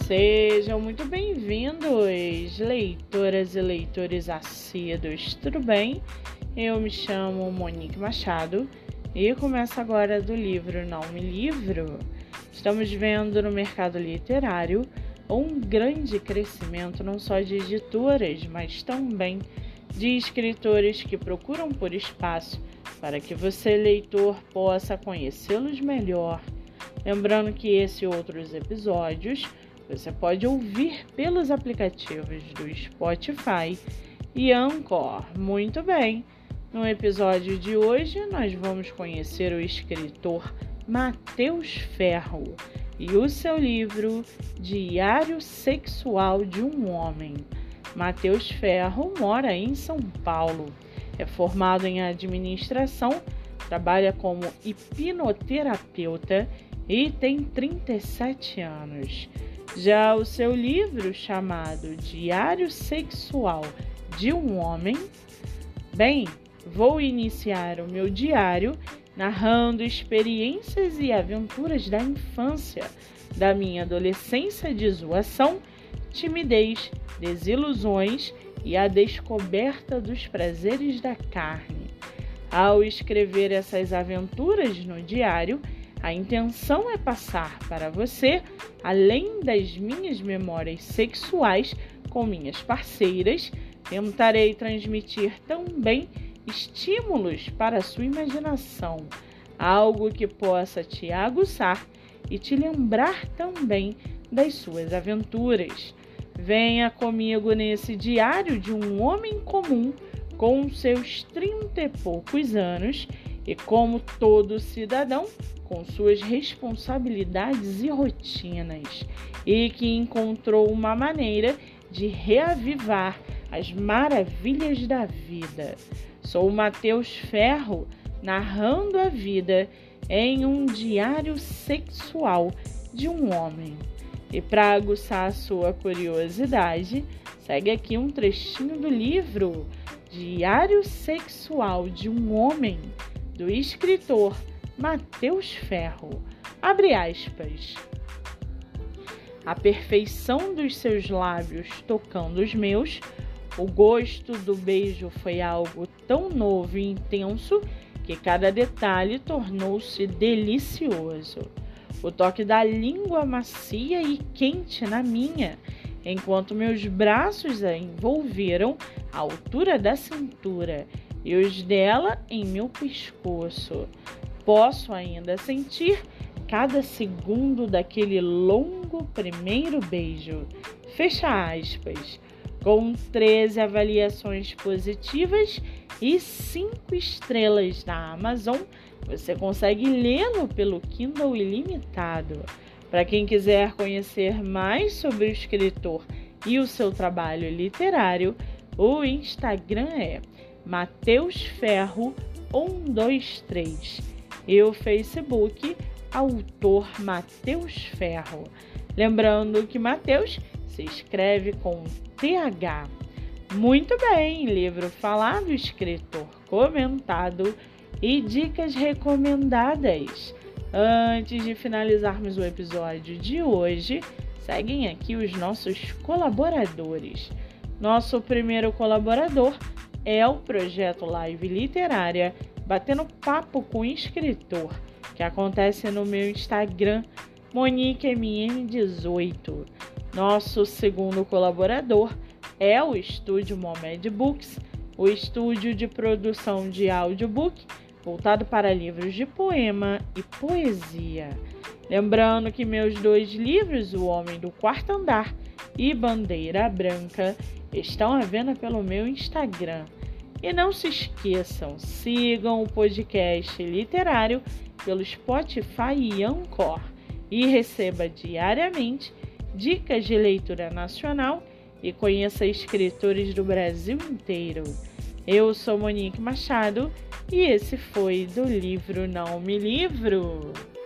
Sejam muito bem-vindos, leitoras e leitores assíduos, tudo bem? Eu me chamo Monique Machado e começo agora do livro Não Me Livro. Estamos vendo no mercado literário um grande crescimento não só de editoras, mas também de escritores que procuram por espaço para que você, leitor, possa conhecê-los melhor. Lembrando que esse e outros episódios você pode ouvir pelos aplicativos do Spotify e Anchor. Muito bem, no episódio de hoje nós vamos conhecer o escritor Matheus Ferro e o seu livro Diário Sexual de um Homem. Matheus Ferro mora em São Paulo, é formado em administração, trabalha como hipnoterapeuta e tem 37 anos. Já o seu livro, chamado Diário Sexual de um Homem, vou iniciar o meu diário narrando experiências e aventuras da infância, da minha adolescência de zoação, timidez, desilusões e a descoberta dos prazeres da carne. Ao escrever essas aventuras no diário, a intenção é passar para você, além das minhas memórias sexuais com minhas parceiras, tentarei transmitir também estímulos para a sua imaginação, algo que possa te aguçar e te lembrar também das suas aventuras. Venha comigo nesse diário de um homem comum com seus 30 e poucos anos e, como todo cidadão, com suas responsabilidades e rotinas, e que encontrou uma maneira de reavivar as maravilhas da vida. Sou Matheus Ferro, narrando a vida em um diário sexual de um homem. E para aguçar a sua curiosidade, segue aqui um trechinho do livro Diário Sexual de um Homem, do escritor Matheus Ferro. Abre aspas. A perfeição dos seus lábios tocando os meus, o gosto do beijo foi algo tão novo e intenso que cada detalhe tornou-se delicioso. O toque da língua macia e quente na minha, enquanto meus braços a envolveram à altura da cintura e os dela em meu pescoço. Posso ainda sentir cada segundo daquele longo primeiro beijo. Fecha aspas. Com 13 avaliações positivas e 5 estrelas na Amazon, você consegue lê-lo pelo Kindle Ilimitado. Para quem quiser conhecer mais sobre o escritor e o seu trabalho literário, o Instagram é Matheus Ferro 123 e o Facebook Autor Matheus Ferro. Lembrando que Matheus se escreve com TH. Muito bem, livro falado, escritor comentado e dicas recomendadas. Antes de finalizarmos o episódio de hoje, seguem aqui os nossos colaboradores. Nosso primeiro colaborador é o projeto Live Literária Batendo Papo com Escritor, que acontece no meu Instagram, MoniqueMM18. Nosso segundo colaborador é o Estúdio Momed Books, o estúdio de produção de audiobook voltado para livros de poema e poesia. Lembrando que meus 2 livros, O Homem do Quarto Andar e Bandeira Branca, estão à venda pelo meu Instagram. E não se esqueçam, sigam o podcast literário pelo Spotify e Anchor e receba diariamente dicas de leitura nacional e conheça escritores do Brasil inteiro. Eu sou Monique Machado e esse foi do livro Não Me Livro.